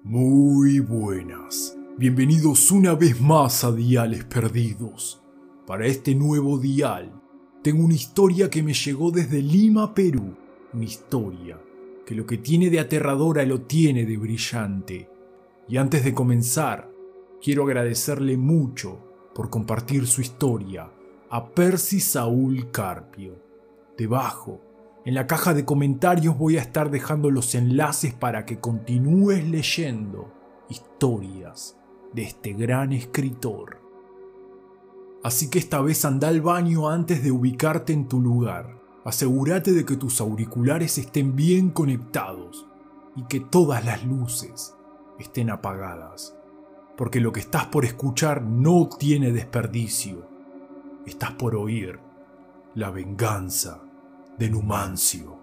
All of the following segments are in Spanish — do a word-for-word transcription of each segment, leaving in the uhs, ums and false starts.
Muy buenas, bienvenidos una vez más a Diales Perdidos. Para este nuevo dial, tengo una historia que me llegó desde Lima, Perú. Una historia que lo que tiene de aterradora lo tiene de brillante. Y antes de comenzar, quiero agradecerle mucho por compartir su historia a Percy Saúl Carpio. Debajo, en la caja de comentarios voy a estar dejando los enlaces para que continúes leyendo historias de este gran escritor. Así que esta vez anda al baño antes de ubicarte en tu lugar. Asegúrate de que tus auriculares estén bien conectados y que todas las luces estén apagadas, porque lo que estás por escuchar no tiene desperdicio. Estás por oír la venganza de Numancio.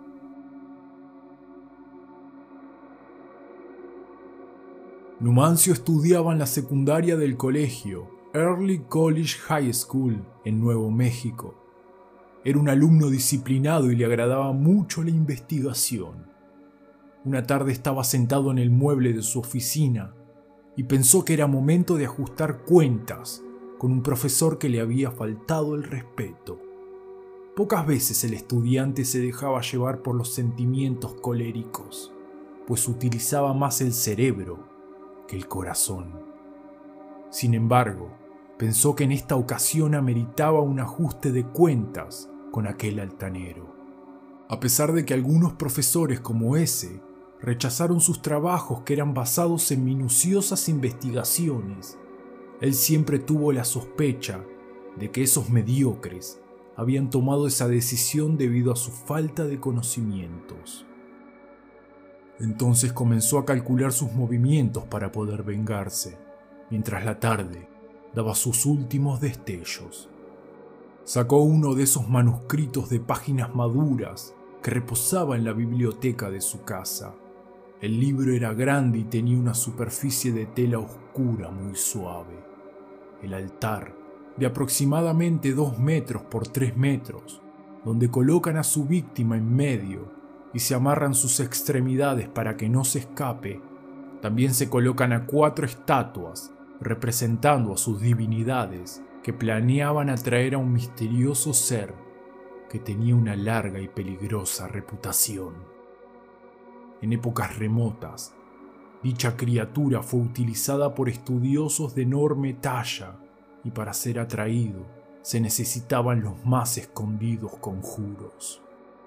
Numancio estudiaba en la secundaria del colegio Early College High School en Nuevo México. Era un alumno disciplinado y le agradaba mucho la investigación. Una tarde estaba sentado en el mueble de su oficina y pensó que era momento de ajustar cuentas con un profesor que le había faltado el respeto. Pocas veces el estudiante se dejaba llevar por los sentimientos coléricos, pues utilizaba más el cerebro que el corazón. Sin embargo, pensó que en esta ocasión ameritaba un ajuste de cuentas con aquel altanero. A pesar de que algunos profesores como ese rechazaron sus trabajos que eran basados en minuciosas investigaciones, él siempre tuvo la sospecha de que esos mediocres habían tomado esa decisión debido a su falta de conocimientos. Entonces comenzó a calcular sus movimientos para poder vengarse, mientras la tarde daba sus últimos destellos. Sacó uno de esos manuscritos de páginas maduras que reposaba en la biblioteca de su casa. El libro era grande y tenía una superficie de tela oscura muy suave. El altar, de aproximadamente dos metros por tres metros, donde colocan a su víctima en medio y se amarran sus extremidades para que no se escape. También se colocan a cuatro estatuas representando a sus divinidades que planeaban atraer a un misterioso ser que tenía una larga y peligrosa reputación. En épocas remotas, dicha criatura fue utilizada por estudiosos de enorme talla y para ser atraído se necesitaban los más escondidos conjuros.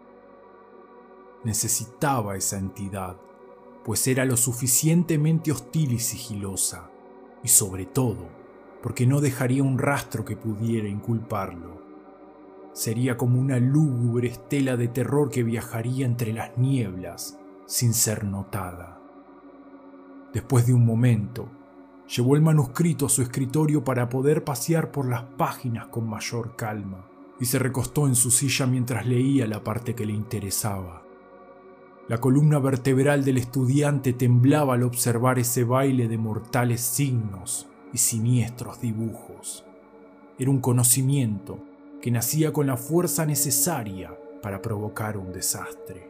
Necesitaba esa entidad, pues era lo suficientemente hostil y sigilosa, y sobre todo, porque no dejaría un rastro que pudiera inculparlo. Sería como una lúgubre estela de terror que viajaría entre las nieblas sin ser notada. Después de un momento, llevó el manuscrito a su escritorio para poder pasear por las páginas con mayor calma, y se recostó en su silla mientras leía la parte que le interesaba. La columna vertebral del estudiante temblaba al observar ese baile de mortales signos y siniestros dibujos. Era un conocimiento que nacía con la fuerza necesaria para provocar un desastre.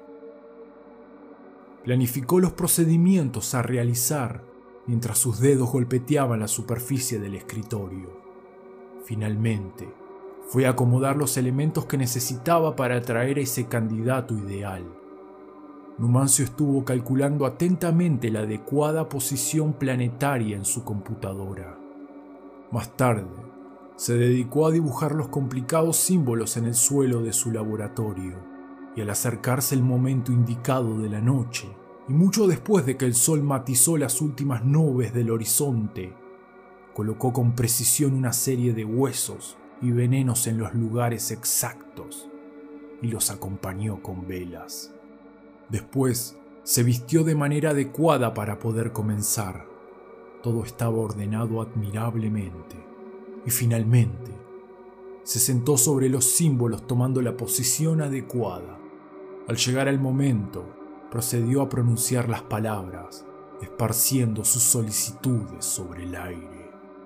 Planificó los procedimientos a realizar mientras sus dedos golpeteaban la superficie del escritorio. Finalmente, fue a acomodar los elementos que necesitaba para atraer a ese candidato ideal. Numancio estuvo calculando atentamente la adecuada posición planetaria en su computadora. Más tarde, se dedicó a dibujar los complicados símbolos en el suelo de su laboratorio, y al acercarse el momento indicado de la noche, y mucho después de que el sol matizó las últimas nubes del horizonte, colocó con precisión una serie de huesos y venenos en los lugares exactos y los acompañó con velas. Después se vistió de manera adecuada para poder comenzar. Todo estaba ordenado admirablemente y finalmente se sentó sobre los símbolos tomando la posición adecuada. Al llegar el momento, procedió a pronunciar las palabras, esparciendo sus solicitudes sobre el aire.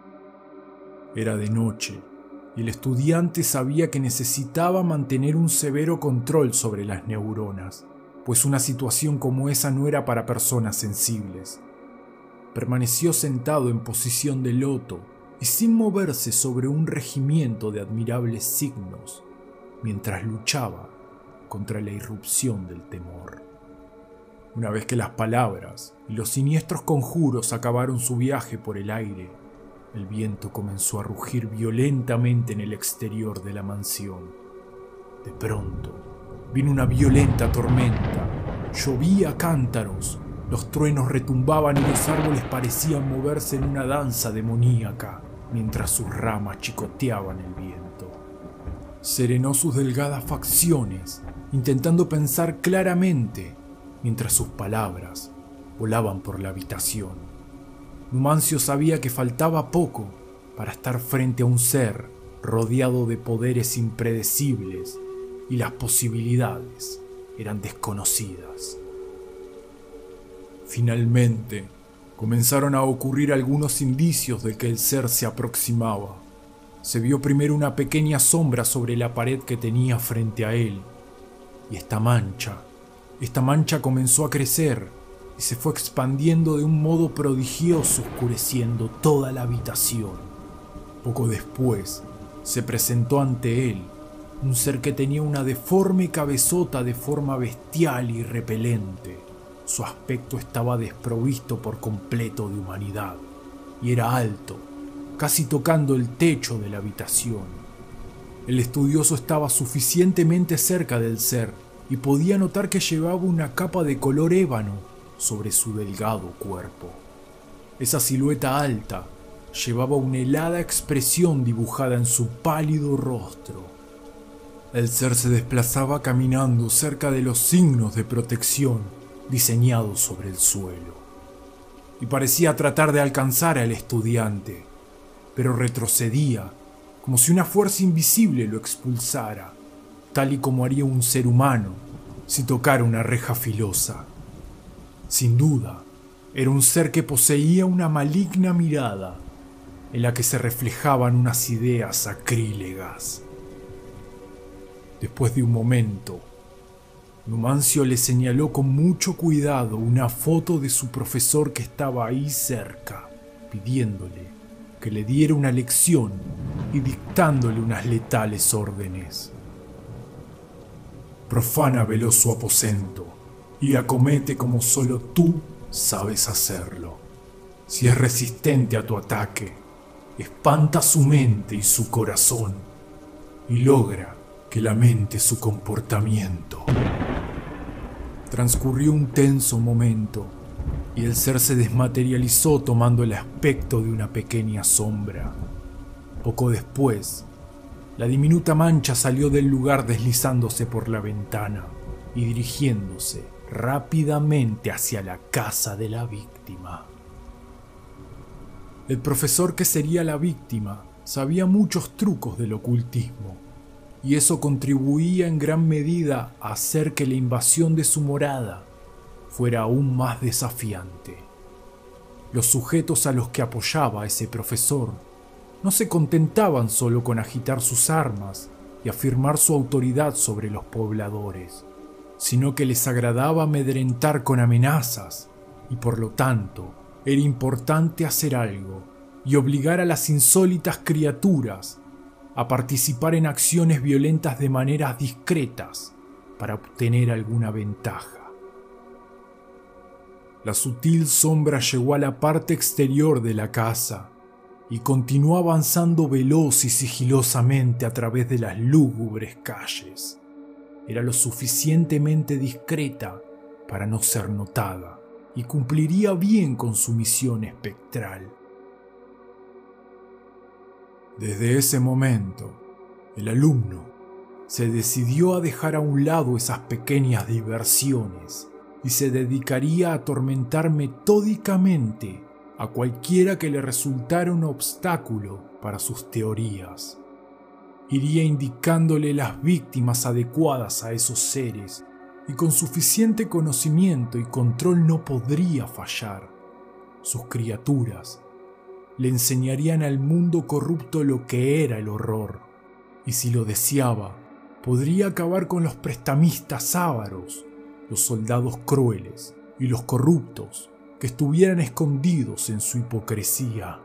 Era de noche y el estudiante sabía que necesitaba mantener un severo control sobre las neuronas, pues una situación como esa no era para personas sensibles. permaneció sentado en posición de loto y sin moverse sobre un regimiento de admirables signos, mientras luchaba contra la irrupción del temor. Una vez que las palabras y los siniestros conjuros acabaron su viaje por el aire, el viento comenzó a rugir violentamente en el exterior de la mansión. De pronto, vino una violenta tormenta. Llovía a cántaros, los truenos retumbaban y los árboles parecían moverse en una danza demoníaca, mientras sus ramas chicoteaban el viento. Serenó sus delgadas facciones, intentando pensar claramente, mientras sus palabras volaban por la habitación. Numancio sabía que faltaba poco para estar frente a un ser rodeado de poderes impredecibles y las posibilidades eran desconocidas. Finalmente, comenzaron a ocurrir algunos indicios de que el ser se aproximaba. Se vio primero una pequeña sombra sobre la pared que tenía frente a él, y esta mancha, esta mancha comenzó a crecer y se fue expandiendo de un modo prodigioso, oscureciendo toda la habitación. Poco después, se presentó ante él un ser que tenía una deforme cabezota de forma bestial y repelente. Su aspecto estaba desprovisto por completo de humanidad y era alto, casi tocando el techo de la habitación. El estudioso estaba suficientemente cerca del ser y podía notar que llevaba una capa de color ébano sobre su delgado cuerpo. Esa silueta alta llevaba una helada expresión dibujada en su pálido rostro. El ser se desplazaba caminando cerca de los signos de protección diseñados sobre el suelo, y parecía tratar de alcanzar al estudiante, pero retrocedía como si una fuerza invisible lo expulsara, tal y como haría un ser humano si tocara una reja filosa. Sin duda, era un ser que poseía una maligna mirada en la que se reflejaban unas ideas sacrílegas. Después de un momento, Numancio le señaló con mucho cuidado una foto de su profesor que estaba ahí cerca, pidiéndole que le diera una lección y dictándole unas letales órdenes. Profana veló su aposento y acomete como solo tú sabes hacerlo. Si es resistente a tu ataque, espanta su mente y su corazón y logra que lamente su comportamiento. Transcurrió un tenso momento y el ser se desmaterializó tomando el aspecto de una pequeña sombra. Poco después, la diminuta mancha salió del lugar deslizándose por la ventana y dirigiéndose rápidamente hacia la casa de la víctima. El profesor que sería la víctima sabía muchos trucos del ocultismo, y eso contribuía en gran medida a hacer que la invasión de su morada fuera aún más desafiante. Los sujetos a los que apoyaba a ese profesor no se contentaban solo con agitar sus armas y afirmar su autoridad sobre los pobladores, sino que les agradaba amedrentar con amenazas, y por lo tanto era importante hacer algo y obligar a las insólitas criaturas a participar en acciones violentas de maneras discretas para obtener alguna ventaja. La sutil sombra llegó a la parte exterior de la casa y continuó avanzando veloz y sigilosamente a través de las lúgubres calles. Era lo suficientemente discreta para no ser notada y cumpliría bien con su misión espectral. Desde ese momento, el alumno se decidió a dejar a un lado esas pequeñas diversiones y se dedicaría a atormentar metódicamente a cualquiera que le resultara un obstáculo para sus teorías. Iría indicándole las víctimas adecuadas a esos seres y con suficiente conocimiento y control no podría fallar. Sus criaturas le enseñarían al mundo corrupto lo que era el horror, y si lo deseaba, podría acabar con los prestamistas ávaros, los soldados crueles y los corruptos que estuvieran escondidos en su hipocresía.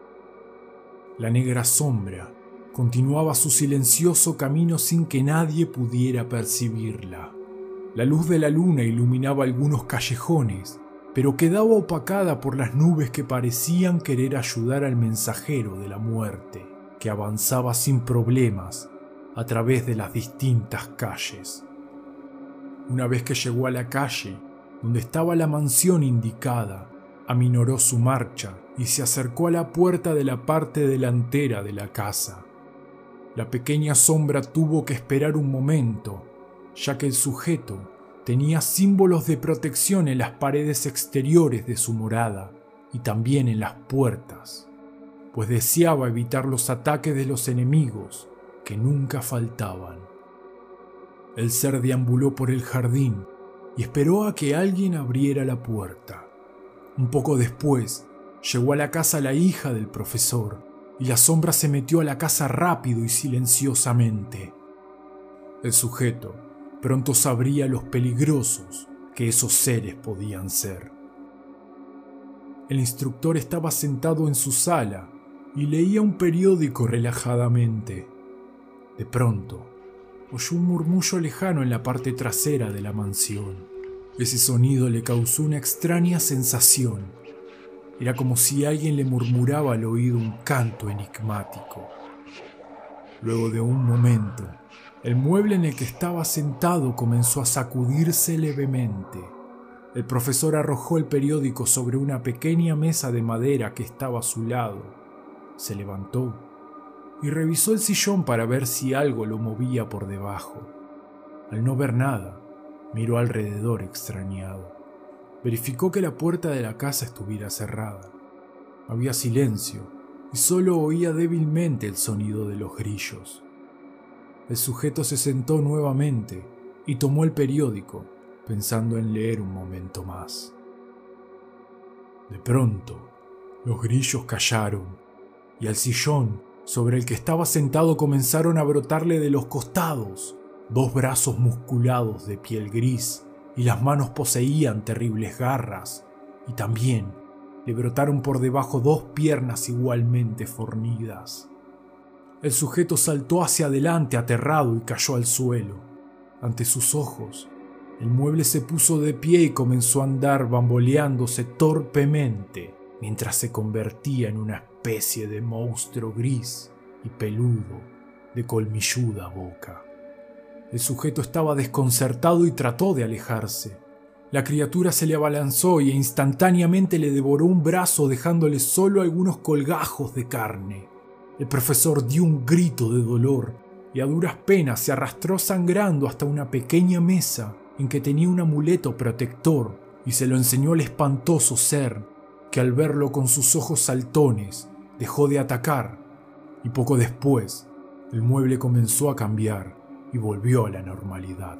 La negra sombra continuaba su silencioso camino sin que nadie pudiera percibirla. La luz de la luna iluminaba algunos callejones, pero quedaba opacada por las nubes que parecían querer ayudar al mensajero de la muerte, que avanzaba sin problemas a través de las distintas calles. Una vez que llegó a la calle donde estaba la mansión indicada, aminoró su marcha y se acercó a la puerta de la parte delantera de la casa. La pequeña sombra tuvo que esperar un momento, ya que el sujeto tenía símbolos de protección en las paredes exteriores de su morada y también en las puertas, pues deseaba evitar los ataques de los enemigos que nunca faltaban. El ser deambuló por el jardín y esperó a que alguien abriera la puerta. Un poco después, llegó a la casa la hija del profesor y la sombra se metió a la casa rápido y silenciosamente. El sujeto pronto sabría los peligrosos que esos seres podían ser. El instructor estaba sentado en su sala y leía un periódico relajadamente. De pronto, oyó un murmullo lejano en la parte trasera de la mansión. Ese sonido le causó una extraña sensación. Era como si alguien le murmuraba al oído un canto enigmático. Luego de un momento, el mueble en el que estaba sentado comenzó a sacudirse levemente. El profesor arrojó el periódico sobre una pequeña mesa de madera que estaba a su lado. Se levantó y revisó el sillón para ver si algo lo movía por debajo. Al no ver nada, miró alrededor extrañado. Verificó que la puerta de la casa estuviera cerrada. Había silencio y solo oía débilmente el sonido de los grillos. El sujeto se sentó nuevamente y tomó el periódico, pensando en leer un momento más. De pronto, los grillos callaron y al sillón sobre el que estaba sentado comenzaron a brotarle de los costados dos brazos musculados de piel gris y las manos poseían terribles garras y también le brotaron por debajo dos piernas igualmente fornidas. El sujeto saltó hacia adelante aterrado y cayó al suelo. Ante sus ojos, el mueble se puso de pie y comenzó a andar bamboleándose torpemente mientras se convertía en una especie de monstruo gris y peludo de colmilluda boca. El sujeto estaba desconcertado y trató de alejarse. La criatura se le abalanzó y instantáneamente le devoró un brazo dejándole solo algunos colgajos de carne. El profesor dio un grito de dolor y a duras penas se arrastró sangrando hasta una pequeña mesa en que tenía un amuleto protector y se lo enseñó al espantoso ser, que al verlo con sus ojos saltones dejó de atacar y poco después el mueble comenzó a cambiar y volvió a la normalidad.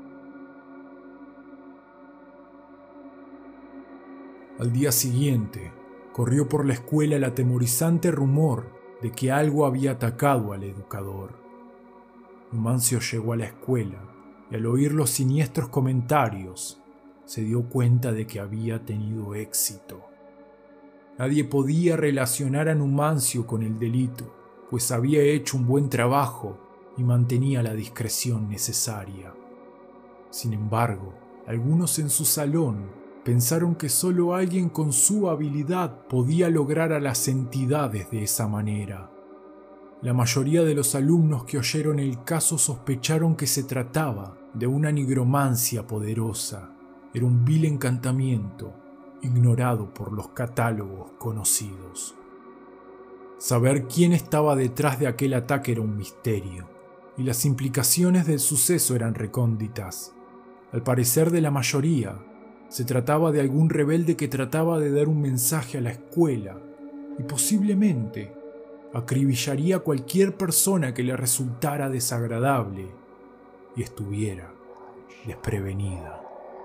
Al día siguiente, corrió por la escuela el atemorizante rumor de que algo había atacado al educador. Numancio llegó a la escuela y al oír los siniestros comentarios, se dio cuenta de que había tenido éxito. Nadie podía relacionar a Numancio con el delito, pues había hecho un buen trabajo y mantenía la discreción necesaria. Sin embargo, algunos en su salón pensaron que solo alguien con su habilidad podía lograr a las entidades de esa manera. La mayoría de los alumnos que oyeron el caso sospecharon que se trataba de una nigromancia poderosa. Era un vil encantamiento, ignorado por los catálogos conocidos. Saber quién estaba detrás de aquel ataque era un misterio, y las implicaciones del suceso eran recónditas. Al parecer de la mayoría, se trataba de algún rebelde que trataba de dar un mensaje a la escuela y posiblemente acribillaría a cualquier persona que le resultara desagradable y estuviera desprevenida.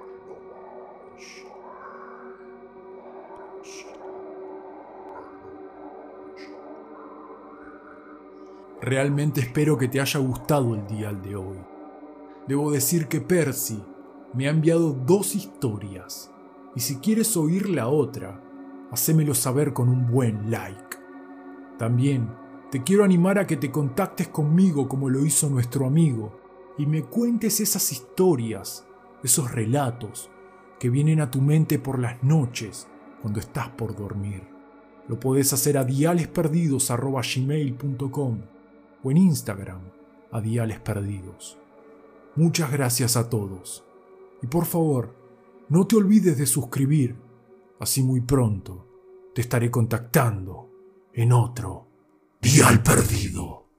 Realmente espero que te haya gustado el día de hoy. Debo decir que Percy me ha enviado dos historias, Y si quieres oír la otra, hacémelo saber con un buen like. También te quiero animar a que te contactes conmigo como lo hizo nuestro amigo y me cuentes esas historias, esos relatos que vienen a tu mente por las noches cuando estás por dormir. Lo podés hacer a dialesperdidos arroba gmail punto com o en Instagram a dialesperdidos. Muchas gracias a todos. Y por favor, no te olvides de suscribir. Así muy pronto te estaré contactando en otro Dial Perdido.